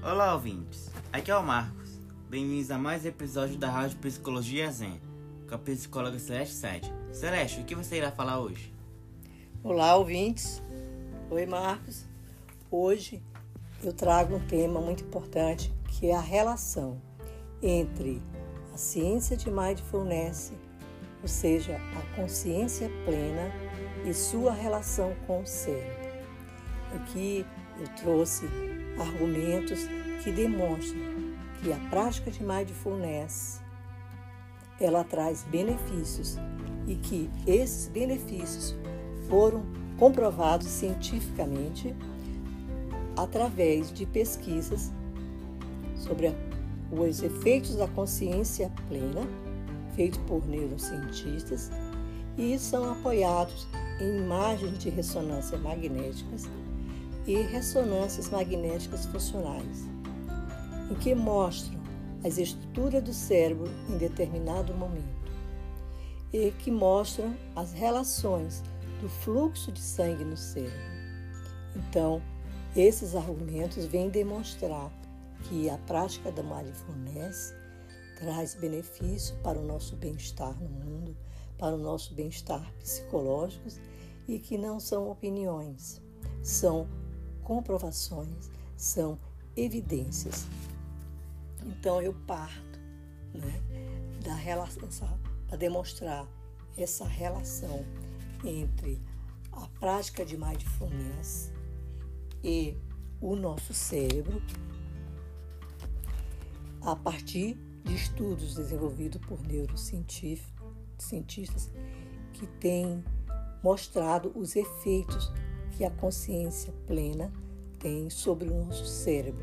Olá, ouvintes. Aqui é o Marcos. Bem-vindos a mais um episódio da Rádio Psicologia Zen, com a psicóloga Celeste Sede. Celeste, o que você irá falar hoje? Olá, ouvintes. Oi, Marcos. Hoje eu trago um tema muito importante, que é a relação entre a ciência de Mindfulness, ou seja, a consciência plena, e sua relação com o cérebro. Aqui eu trouxe argumentos que demonstram que a prática de Mindfulness ela traz benefícios e que esses benefícios foram comprovados cientificamente através de pesquisas sobre os efeitos da consciência plena, feitos por neurocientistas, e são apoiados em imagens de ressonância magnéticas e ressonâncias magnéticas funcionais, em que mostram as estruturas do cérebro em determinado momento e que mostram as relações do fluxo de sangue no cérebro. Então, esses argumentos vêm demonstrar que a prática da Mindfulness traz benefício para o nosso bem-estar no mundo, para o nosso bem-estar psicológico, e que não são opiniões, são comprovações, são evidências. Então eu parto da relação, para demonstrar essa relação entre a prática de Mindfulness e o nosso cérebro, a partir de estudos desenvolvidos por neurocientistas que têm mostrado os efeitos que a consciência plena tem sobre o nosso cérebro.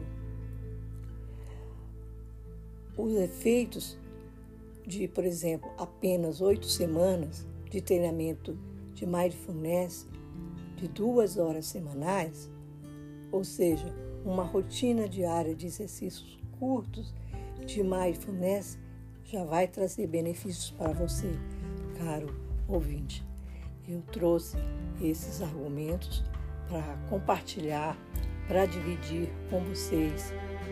Os efeitos de, por exemplo, apenas 8 semanas de treinamento de Mindfulness de 2 horas semanais, ou seja, uma rotina diária de exercícios curtos de Mindfulness, já vai trazer benefícios para você, caro ouvinte. Eu trouxe esses argumentos para compartilhar, para dividir com vocês,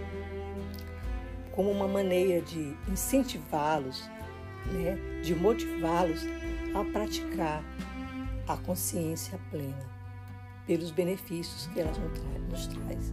como uma maneira de incentivá-los, de motivá-los a praticar a consciência plena, pelos benefícios que ela nos traz.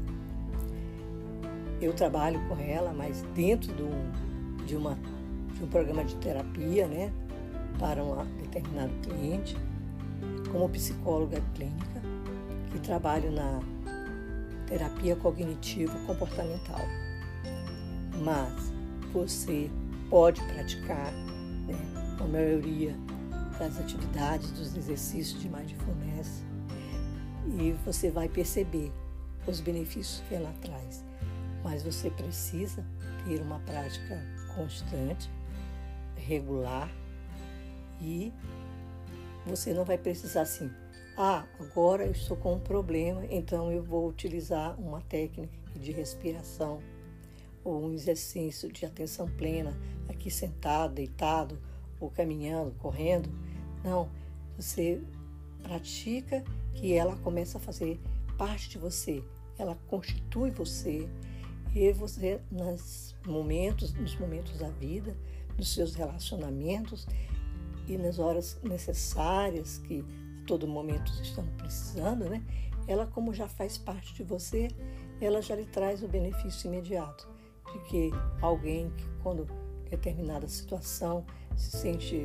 Eu trabalho com ela, mas dentro de um programa de terapia, para um determinado cliente, como psicóloga clínica, que trabalho na terapia cognitivo-comportamental. Mas você pode praticar a maioria das atividades, dos exercícios de Mindfulness, e você vai perceber os benefícios que ela traz. Mas você precisa ter uma prática constante, regular, e você não vai precisar assim, agora eu estou com um problema, então eu vou utilizar uma técnica de respiração ou um exercício de atenção plena, aqui sentado, deitado, ou caminhando, correndo. Não, você pratica que ela começa a fazer parte de você, ela constitui você, e você nos momentos da vida, nos seus relacionamentos e nas horas necessárias que a todo momento estamos precisando, ela, como já faz parte de você, ela já lhe traz o benefício imediato de que alguém que, quando determinada situação se sente,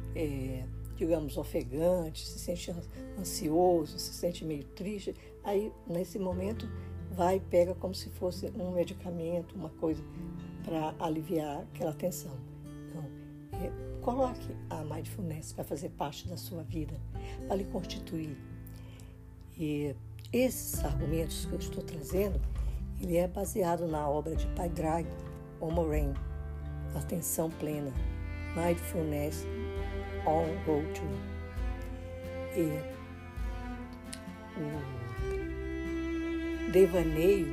ofegante, se sente ansioso, se sente meio triste, aí nesse momento vai e pega como se fosse um medicamento, uma coisa para aliviar aquela tensão. Então, coloque a Mindfulness para fazer parte da sua vida, para lhe constituir. E esses argumentos que eu estou trazendo, ele é baseado na obra de Padraig O. Moran, Atenção Plena, Mindfulness on Go-To. E o devaneio,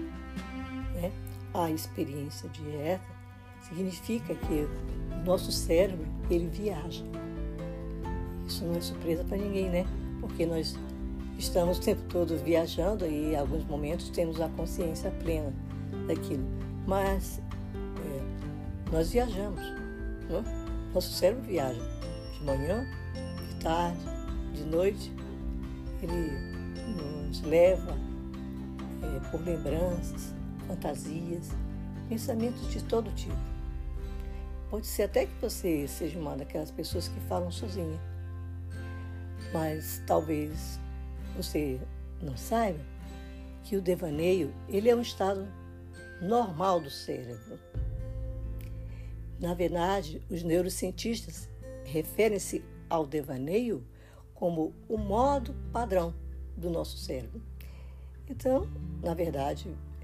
a experiência direta, significa que o nosso cérebro, ele viaja. Isso não é surpresa para ninguém, porque nós estamos o tempo todo viajando e em alguns momentos temos a consciência plena. daquilo. Mas nós viajamos, né? Nosso cérebro viaja de manhã, de tarde, de noite. Ele nos leva por lembranças, fantasias, pensamentos de todo tipo. Pode ser até que você seja uma daquelas pessoas que falam sozinha, mas talvez você não saiba que o devaneio, ele é um estado normal do cérebro. Na verdade, os neurocientistas referem-se ao devaneio como o modo padrão do nosso cérebro. Então, na verdade,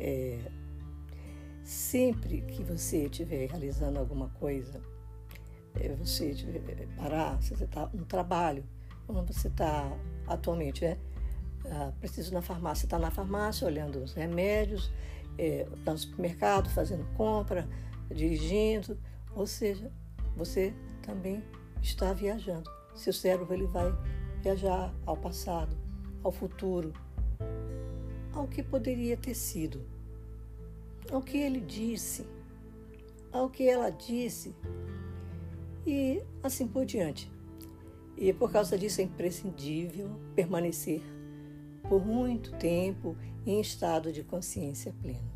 sempre que você estiver realizando alguma coisa, você parar, você está no trabalho, onde você está atualmente, preciso na farmácia, você está na farmácia olhando os remédios, está no supermercado fazendo compra, dirigindo, ou seja, você também está viajando. Seu cérebro ele vai viajar ao passado, ao futuro, ao que poderia ter sido, ao que ele disse, ao que ela disse e assim por diante. E por causa disso é imprescindível permanecer por muito tempo em estado de consciência plena.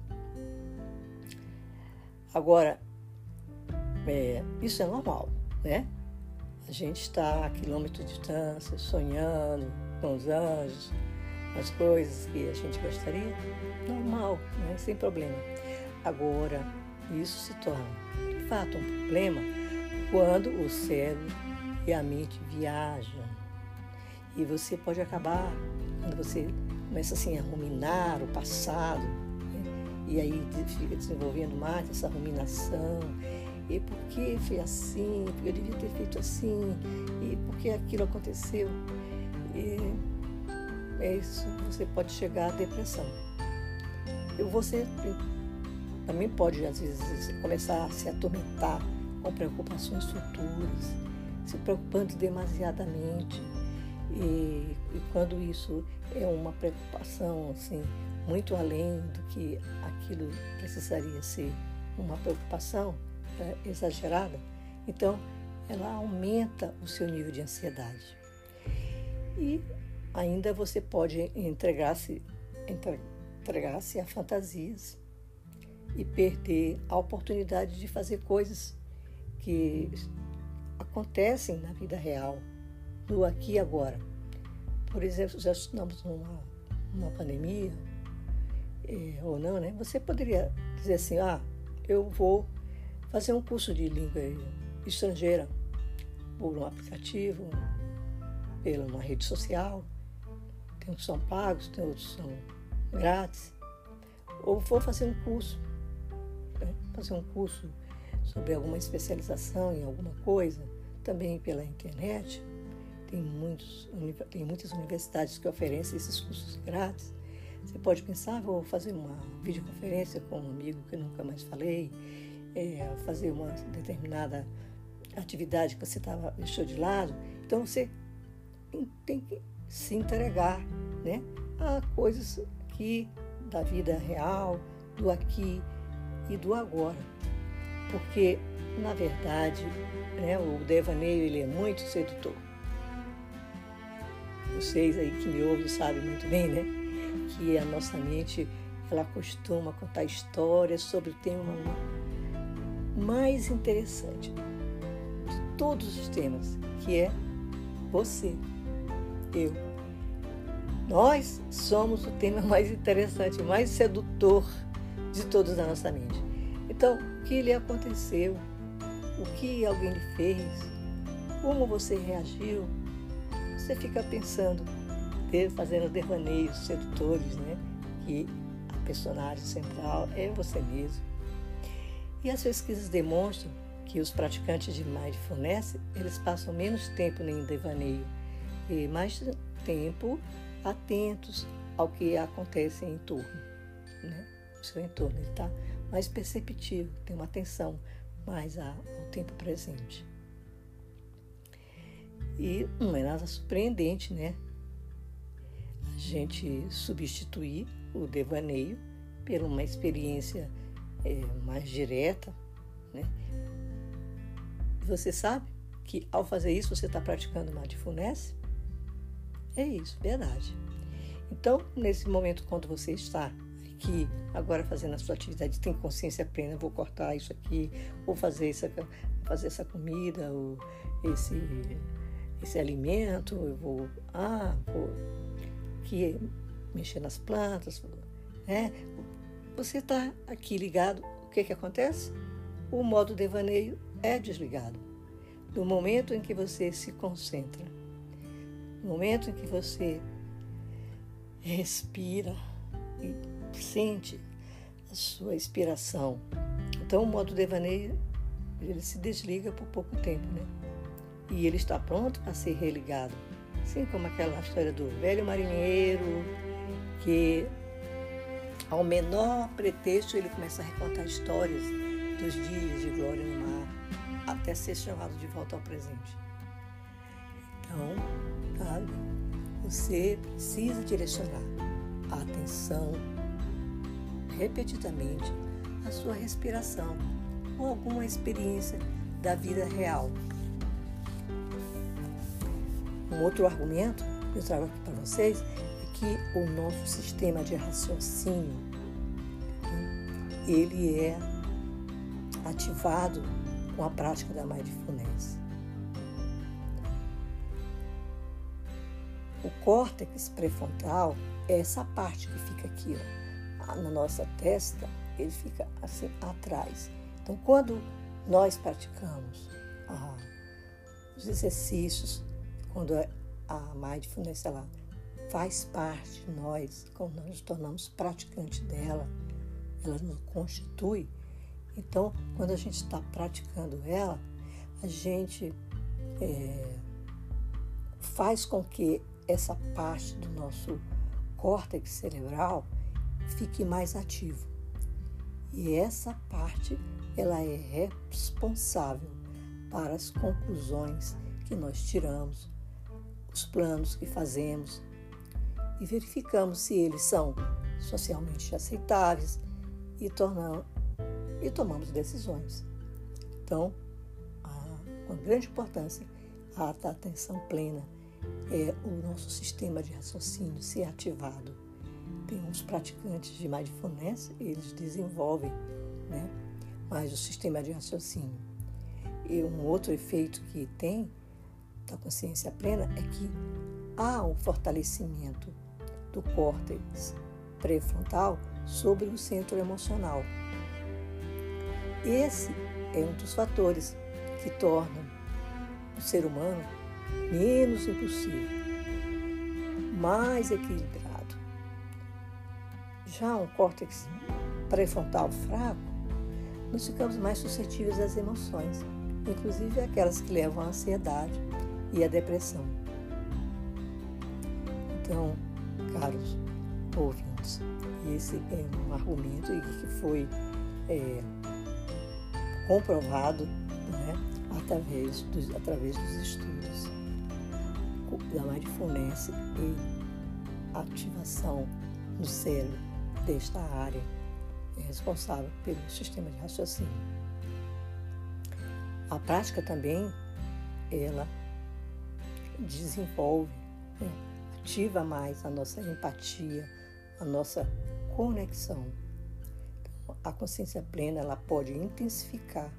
Agora, isso é normal, né? A gente está a quilômetros de distância, sonhando com os anjos, as coisas que a gente gostaria, normal, né? Sem problema. Agora, isso se torna, de fato, um problema quando o cérebro e a mente viajam. E você pode acabar, quando você começa assim a ruminar o passado, né? E aí fica desenvolvendo mais essa ruminação. E por que foi assim? Porque eu devia ter feito assim? E por que aquilo aconteceu? E isso, você pode chegar à depressão. E você também pode, às vezes, começar a se atormentar com preocupações futuras, se preocupando demasiadamente. E quando isso é uma preocupação assim, muito além do que aquilo precisaria ser uma preocupação exagerada, então ela aumenta o seu nível de ansiedade. E ainda você pode entregar-se a fantasias e perder a oportunidade de fazer coisas que acontecem na vida real, no aqui e agora. Por exemplo, já estamos numa pandemia, ou não, né? Você poderia dizer assim, eu vou fazer um curso de língua estrangeira por um aplicativo, pela uma rede social. Tem uns que são pagos, tem outros que são grátis. Ou vou fazer um curso, sobre alguma especialização em alguma coisa, também pela internet. Tem muitas universidades que oferecem esses cursos grátis. Você pode pensar, vou fazer uma videoconferência com um amigo que eu nunca mais falei, fazer uma determinada atividade que você deixou de lado. Então você tem que se entregar, né, a coisas da vida real, do aqui e do agora. Porque, na verdade, né, o devaneio ele é muito sedutor. Vocês aí que me ouvem sabem muito bem, né, que a nossa mente ela costuma contar histórias sobre o tema mais interessante de todos os temas, que é você, eu. Nós somos o tema mais interessante, mais sedutor de todos na nossa mente. Então, o que lhe aconteceu? O que alguém lhe fez? Como você reagiu? Você fica pensando, fazendo devaneios sedutores, né? Que a personagem central é você mesmo. E as pesquisas demonstram que os praticantes de Mindfulness, eles passam menos tempo em devaneio e mais tempo atentos ao que acontece em torno, né? O seu entorno, ele está mais perceptivo, tem uma atenção mais ao tempo presente. E não é nada surpreendente, né? A gente substituir o devaneio por uma experiência mais direta, né? Você sabe que ao fazer isso você está praticando mindfulness? É isso, verdade. Então, nesse momento, quando você está aqui, agora fazendo a sua atividade, tem consciência plena, vou cortar isso aqui, vou fazer essa comida, ou esse alimento, eu vou aqui mexer nas plantas, né? Você está aqui ligado, o que acontece? O modo devaneio é desligado. No momento em que você se concentra, no momento em que você respira e sente a sua expiração, então o modo devaneio ele se desliga por pouco tempo, né? E ele está pronto para ser religado. Assim como aquela história do velho marinheiro, que ao menor pretexto ele começa a recontar histórias dos dias de glória no mar, até ser chamado de volta ao presente. Então, sabe, você precisa direcionar a atenção repetidamente à sua respiração ou alguma experiência da vida real. Um outro argumento que eu trago aqui para vocês é que o nosso sistema de raciocínio ele é ativado com a prática da mindfulness. O córtex pré-frontal é essa parte que fica aqui, ó, na nossa testa, ele fica assim atrás. Então, quando nós praticamos os exercícios, quando a mindfulness ela faz parte de nós, quando nós nos tornamos praticantes dela, ela nos constitui. Então, quando a gente está praticando ela, a gente faz com que essa parte do nosso córtex cerebral fique mais ativo. E essa parte, ela é responsável para as conclusões que nós tiramos, os planos que fazemos e verificamos se eles são socialmente aceitáveis e tomamos decisões. Então, com grande importância, a atenção plena é o nosso sistema de raciocínio ser ativado. Tem uns praticantes de mindfulness, eles desenvolvem, né, mais o sistema de raciocínio. E um outro efeito que tem da consciência plena é que há um fortalecimento do córtex pré-frontal sobre o centro emocional. Esse é um dos fatores que tornam o ser humano menos impulsivo, mais equilibrado. Já um córtex pré-frontal fraco, nós ficamos mais suscetíveis às emoções, inclusive aquelas que levam à ansiedade e à depressão. Então, caros ouvintes, esse é um argumento que foi comprovado, né, através dos estudos da mindfulness e ativação no cérebro desta área responsável pelo sistema de raciocínio. A prática também, ela desenvolve, né, ativa mais a nossa empatia, a nossa conexão. Então, a consciência plena, ela pode intensificar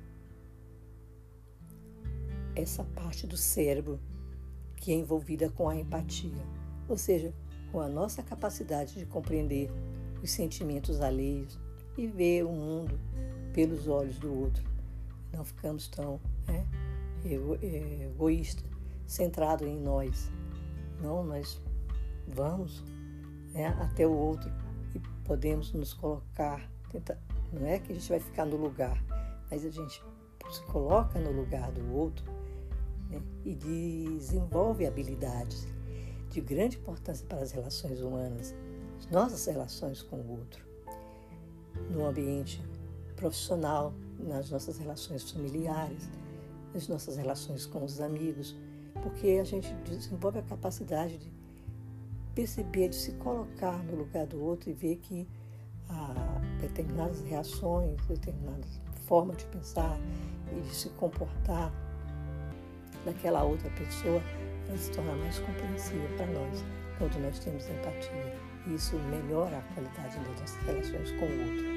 essa parte do cérebro que é envolvida com a empatia, ou seja, com a nossa capacidade de compreender os sentimentos alheios e ver o mundo pelos olhos do outro. Não ficamos tão egoístas, centrados em nós. Não, nós vamos, né, até o outro e podemos nos colocar, não é que a gente vai ficar no lugar, mas a gente se coloca no lugar do outro, né, e desenvolve habilidades de grande importância para as relações humanas, as nossas relações com o outro, no ambiente profissional, nas nossas relações familiares, nas nossas relações com os amigos, porque a gente desenvolve a capacidade de perceber, de se colocar no lugar do outro e ver que a determinadas reações, determinadas formas de pensar e de se comportar daquela outra pessoa, ela se torna mais compreensível para nós quando nós temos empatia. E isso melhora a qualidade das nossas relações com o outro.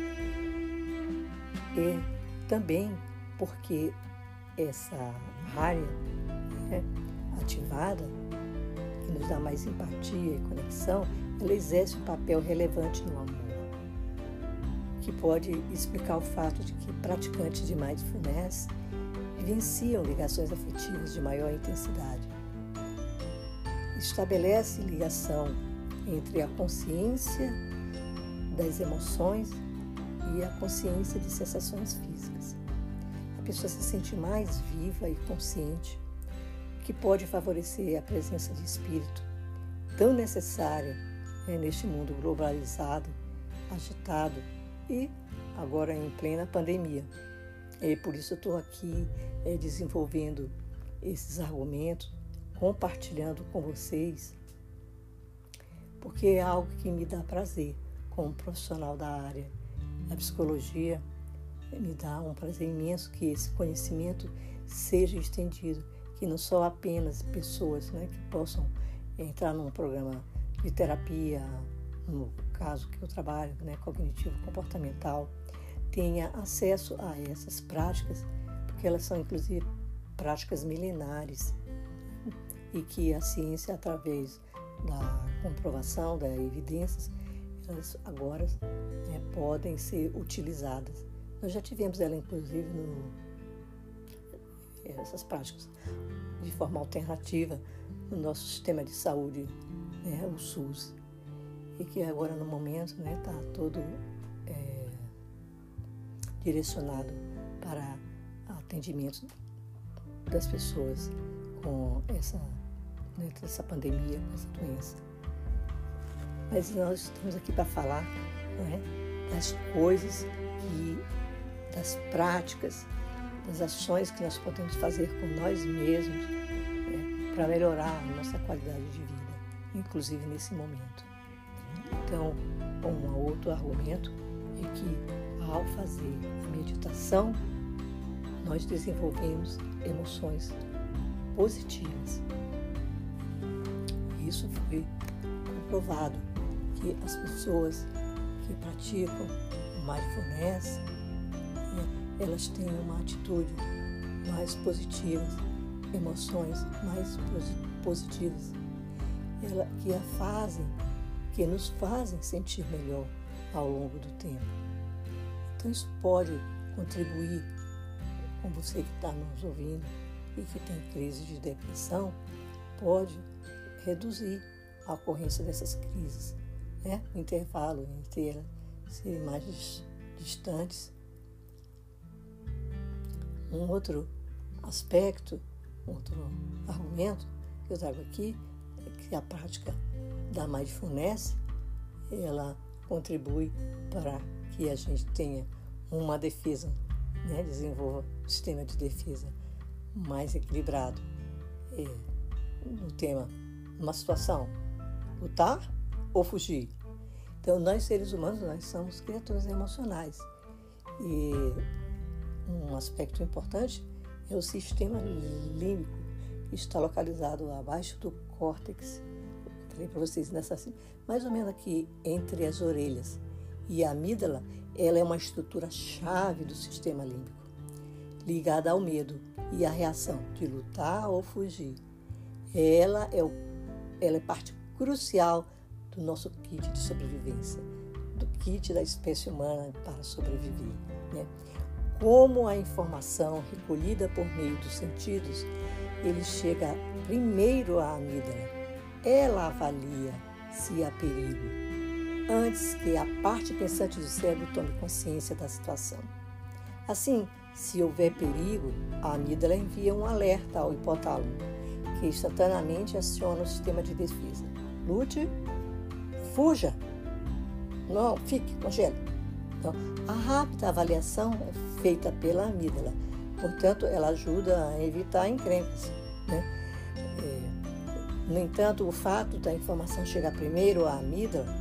E também porque essa área, né, ativada, que nos dá mais empatia e conexão, ela exerce um papel relevante no amor, que pode explicar o fato de que praticantes de mindfulness vivenciam ligações afetivas de maior intensidade. Estabelece ligação entre a consciência das emoções e a consciência de sensações físicas. A pessoa se sente mais viva e consciente, o que pode favorecer a presença de espírito, tão necessária neste mundo globalizado, agitado e agora em plena pandemia. E por isso eu estou aqui desenvolvendo esses argumentos, compartilhando com vocês, porque é algo que me dá prazer como profissional da área da psicologia. Me dá um prazer imenso que esse conhecimento seja estendido, que não só apenas pessoas, né, que possam entrar num programa de terapia, no caso que eu trabalho, né, cognitivo-comportamental, tenha acesso a essas práticas, porque elas são inclusive práticas milenares e que a ciência, através da comprovação, das evidências, elas agora podem ser utilizadas. Nós já tivemos ela, inclusive, essas práticas de forma alternativa no nosso sistema de saúde, né, o SUS, e que agora, no momento, está todo direcionado para atendimento das pessoas com essa pandemia, com essa doença. Mas nós estamos aqui para falar, das coisas das práticas, das ações que nós podemos fazer com nós mesmos, para melhorar a nossa qualidade de vida, inclusive nesse momento. Então, um outro argumento é que, ao fazer a meditação, nós desenvolvemos emoções positivas. Isso foi comprovado, que as pessoas que praticam o mindfulness, elas têm uma atitude mais positiva, emoções mais positivas, que nos fazem sentir melhor ao longo do tempo. Então isso pode contribuir com você que está nos ouvindo e que tem crise de depressão, pode reduzir a ocorrência dessas crises, o intervalo entre elas serem mais distantes. Um outro aspecto, outro argumento que eu trago aqui é que a prática da mindfulness, ela contribui para que a gente tenha uma defesa, desenvolva um sistema de defesa mais equilibrado. No tema, numa situação, lutar ou fugir. Então, nós seres humanos, nós somos criaturas emocionais. E um aspecto importante é o sistema límbico, que está localizado abaixo do córtex. Eu falei para vocês, mais ou menos aqui entre as orelhas. E a amígdala, ela é uma estrutura chave do sistema límbico, ligada ao medo e à reação de lutar ou fugir. Ela é parte crucial do nosso kit de sobrevivência, do kit da espécie humana para sobreviver. Como a informação recolhida por meio dos sentidos, ele chega primeiro à amígdala. Ela avalia se há perigo, antes que a parte pensante do cérebro tome consciência da situação. Assim, se houver perigo, a amígdala envia um alerta ao hipotálamo, que instantaneamente aciona o sistema de defesa. Lute, fuja, não, fique, congele. Então, a rápida avaliação é feita pela amígdala, portanto, ela ajuda a evitar encrencas. No entanto, o fato da informação chegar primeiro à amígdala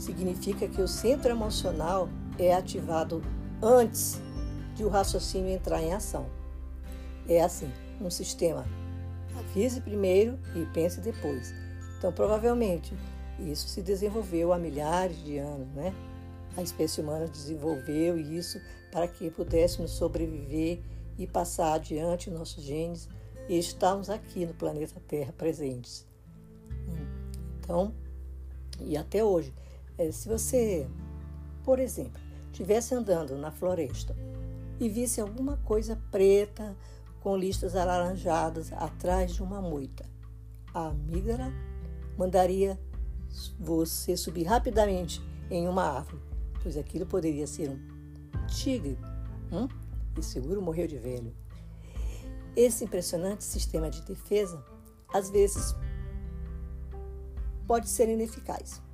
significa que o centro emocional é ativado antes de o raciocínio entrar em ação. É assim, um sistema: avise primeiro e pense depois. Então, provavelmente, isso se desenvolveu há milhares de anos, né? A espécie humana desenvolveu isso para que pudéssemos sobreviver e passar adiante nossos genes e estarmos aqui no planeta Terra presentes. Então, e até hoje, se você, por exemplo, estivesse andando na floresta e visse alguma coisa preta com listas alaranjadas atrás de uma moita, a amígdala mandaria você subir rapidamente em uma árvore, pois aquilo poderia ser um tigre. E seguro morreu de velho. Esse impressionante sistema de defesa, às vezes, pode ser ineficaz.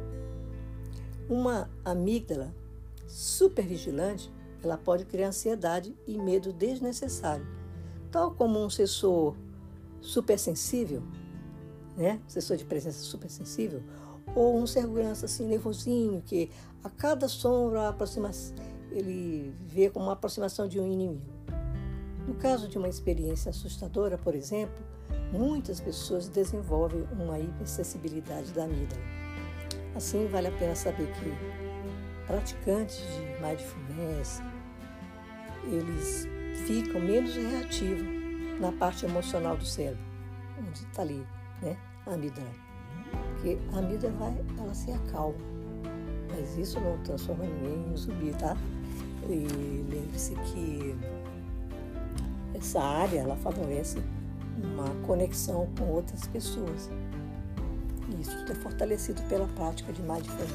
Uma amígdala supervigilante, ela pode criar ansiedade e medo desnecessário, tal como um sensor supersensível, né? Sensor de presença supersensível, ou um segurança assim nervosinho que a cada sombra ele vê como uma aproximação de um inimigo. No caso de uma experiência assustadora, por exemplo, muitas pessoas desenvolvem uma hipersensibilidade da amígdala. Assim, vale a pena saber que praticantes de mindfulness, eles ficam menos reativos na parte emocional do cérebro, onde está ali, né, a amígdala. Porque a amígdala ela se acalma, mas isso não transforma ninguém em zumbi, tá? E lembre-se que essa área, ela favorece uma conexão com outras pessoas. E isso é fortalecido pela prática de mindfulness.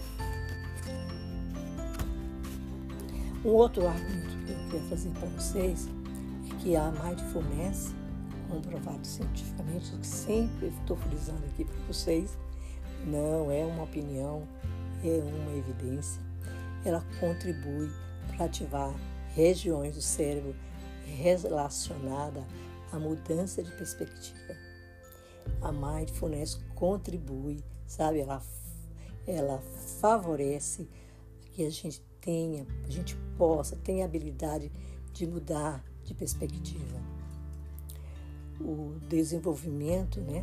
Um outro argumento que eu queria fazer para vocês é que a mindfulness, comprovado cientificamente, que sempre estou frisando aqui para vocês, não é uma opinião, é uma evidência. Ela contribui para ativar regiões do cérebro relacionadas à mudança de perspectiva. A mindfulness contribui, sabe? Ela favorece que a gente tenha a habilidade de mudar de perspectiva. O desenvolvimento, né,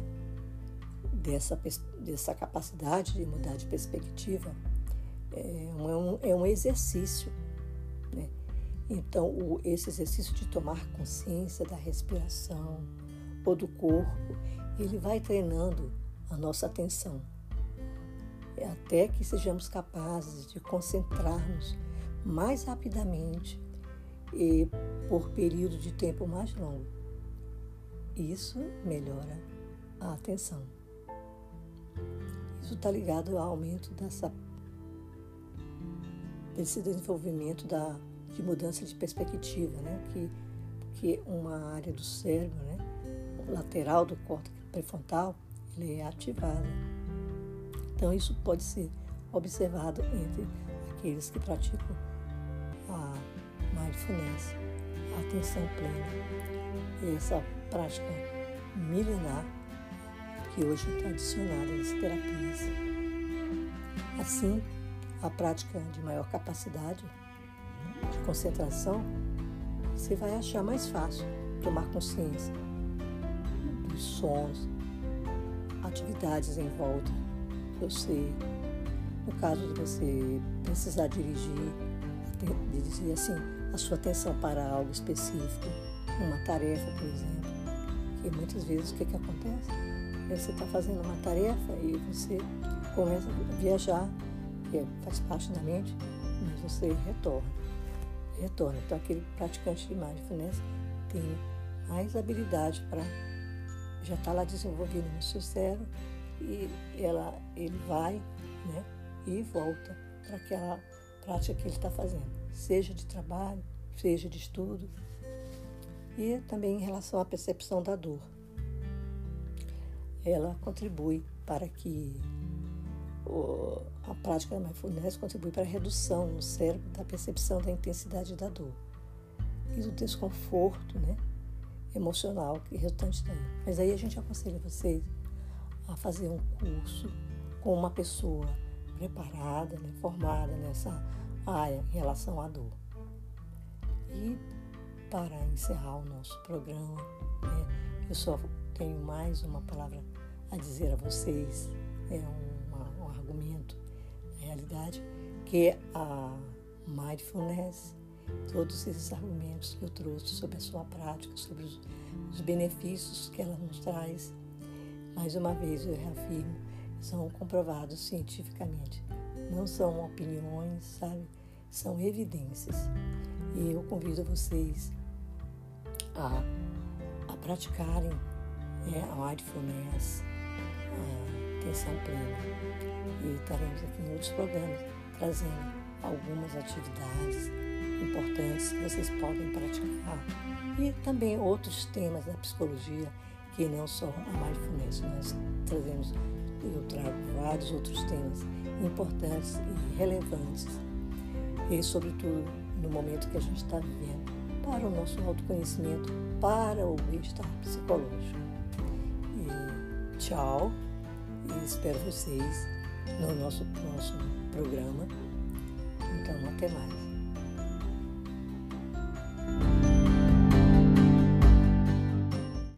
dessa capacidade de mudar de perspectiva é um exercício, né? Então, esse exercício de tomar consciência da respiração ou do corpo, ele vai treinando a nossa atenção, até que sejamos capazes de concentrar-nos mais rapidamente e por período de tempo mais longo. Isso melhora a atenção. Isso está ligado ao aumento desse desenvolvimento de mudança de perspectiva, né? Que uma área do cérebro, né, lateral do córtex pré-frontal, ele é ativada. Então, isso pode ser observado entre aqueles que praticam a mindfulness, a atenção plena. E essa prática milenar que hoje está adicionada às terapias. Assim, a prática de maior capacidade de concentração, você vai achar mais fácil tomar consciência dos sons, atividades em volta. No caso de você precisar dirigir assim, a sua atenção para algo específico, uma tarefa, por exemplo, que muitas vezes o que acontece? Você está fazendo uma tarefa e você começa a viajar, que faz parte da mente, mas você retorna. Então, aquele praticante de mindfulness tem mais habilidade para já estar lá desenvolvido no seu cérebro e ele vai, né, e volta para aquela prática que ele está fazendo, seja de trabalho, seja de estudo. E também em relação à percepção da dor. Ela contribui para que a prática da mindfulness contribui para a redução no cérebro da percepção da intensidade da dor e do desconforto, né, emocional que resultante daí. Mas aí a gente aconselha vocês a fazer um curso com uma pessoa preparada, né, formada nessa área em relação à dor. E para encerrar o nosso programa, eu só tenho mais uma palavra a dizer a vocês, um argumento, na realidade, que a mindfulness, todos esses argumentos que eu trouxe sobre a sua prática, sobre os benefícios que ela nos traz, mais uma vez eu reafirmo, são comprovados cientificamente. Não são opiniões, sabe? São evidências. E eu convido vocês a praticarem a mindfulness, a atenção plena. E estaremos aqui em outros programas trazendo algumas atividades importantes que vocês podem praticar. E também outros temas da psicologia que não só a mindfulness. Eu trago vários outros temas importantes e relevantes. E sobretudo no momento que a gente está vivendo, para o nosso autoconhecimento, para o bem-estar psicológico. E tchau, e espero vocês no nosso próximo programa. Então, até mais.